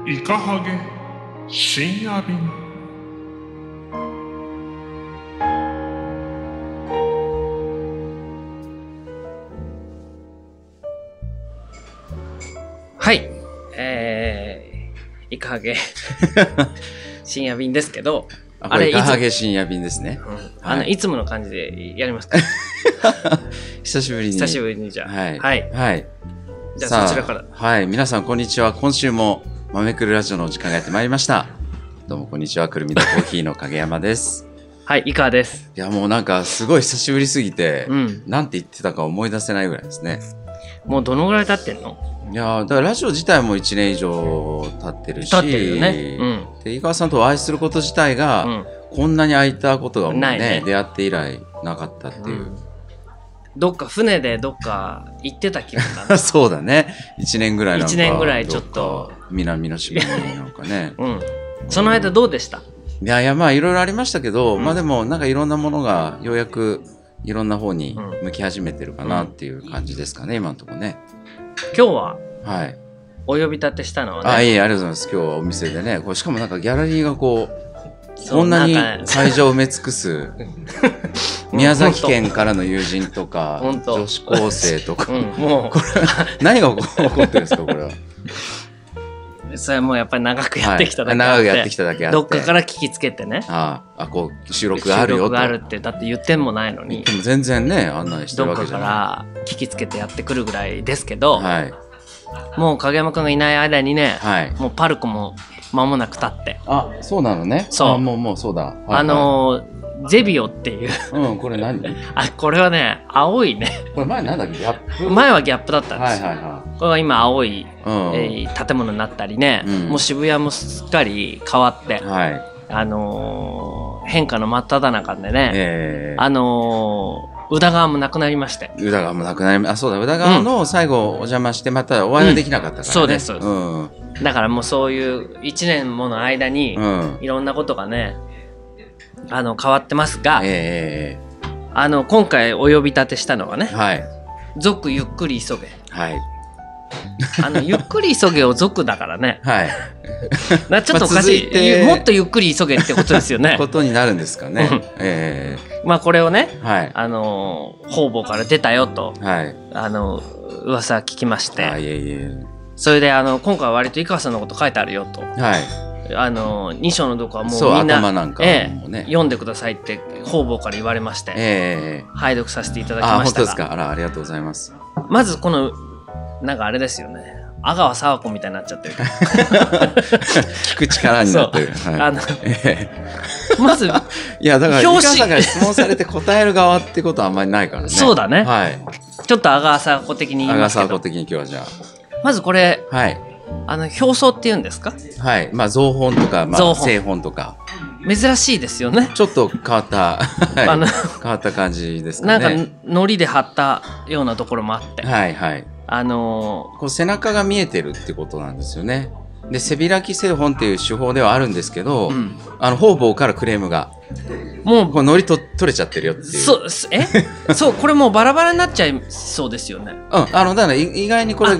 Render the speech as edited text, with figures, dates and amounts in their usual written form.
イカハゲ深夜便。 はい、イカハゲ深夜便ですけど、 あれイカハゲ深夜便ですね。 はい、いつもの感じでやりますか。 久しぶりに。 久しぶりにじゃあ。 はい。 はい。 はい。 じゃあそちらから。 はい、皆さんこんにちは。今週も豆くるラジオのお時間がやってまいりました。どうもこんにちは。くるみとコーヒーの影山です。 はい、イカです。 いやもうなんかすごい久しぶりすぎて、なんて言ってたか思い出せないぐらいですね。 もうどのぐらい経ってんの？ いやだからラジオ自体も1年以上経ってるし、 経ってるよね。 で井川さんとお会いすること自体が、こんなに空いたことがもうね出会って以来なかったっていう。 どっか船でどっか行ってた気がする。 そうだね。1年ぐらいなんか。 1年ぐらいちょっと南の島になんかね。 その間どうでした？ いやまあいろいろありましたけど、まあでもなんかいろんなものがようやくいろんな方に向き始めてるかなっていう感じですかね、今のところね。 今日ははいお呼び立てしたのはね。 ありがとうございます。今日はお店でね、これしかもなんかギャラリーがこんなに会場を埋め尽くす宮崎県からの友人とか女子高生とか、もうこれ何が起こってるんですかこれは。 それはもうやっぱり長くやってきただけあって、 長くやってきただけあって、 どっかから聞きつけてね、 こう収録があるよと。収録があるってだって言ってもないのに、 でも全然ね案内してるわけじゃない。 どっかから聞きつけてやってくるぐらいですけど、もう影山くんがいない間にね、もうパルコも間もなく経って。 そうなのね。そうもうそうだ。 ゼビオっていうこれ何？ これはね青いね。 これ前なんだっけ？ギャップ？ 前はギャップだったんですよ。これは今青い建物になったりね、もう渋谷もすっかり変わって、変化の真っ只中でね、宇田川もなくなりまして。 宇田川もなくなりそうだ。宇田川の最後お邪魔してまたお会いはできなかったからね。 そうですそうです。だからもうそういう1年もの間にいろんなことがね変わってますが、今回お呼び立てしたのはね、続ゆっくり急げ。ゆっくり急げを続だからね。ちょっとおかしい。もっとゆっくり急げってことですよね。 ことになるんですかね。 まあこれをね、方々から出たよと噂聞きまして、それで今回は割と井川さんのこと書いてあるよと。2章のとこはもうみんな読んでくださいって方々から言われまして、拝読させていただきましたが。 本当ですか。ありがとうございます。 まずこのなんかあれですよね、阿川佐和子みたいになっちゃってる。 聞く力になってる。 まずいやだから井川さんから質問されて答える側ってことはあんまりないからね。 そうだね。ちょっと阿川佐和子的に言いますけど、 阿川佐和子的に今日はじゃあまずこれ表層っていうんですか。 造本とか正本とか珍しいですよね。 ちょっと変わった変わった感じですかね。 なんか糊で貼ったようなところもあって、 こう背中が見えてるってことなんですよね。で背開き正本っていう手法ではあるんですけど、方々からクレームがもうこれ糊取れちゃってるよっていう。 そうこれもうバラバラになっちゃいそうですよね。 だから意外にこれ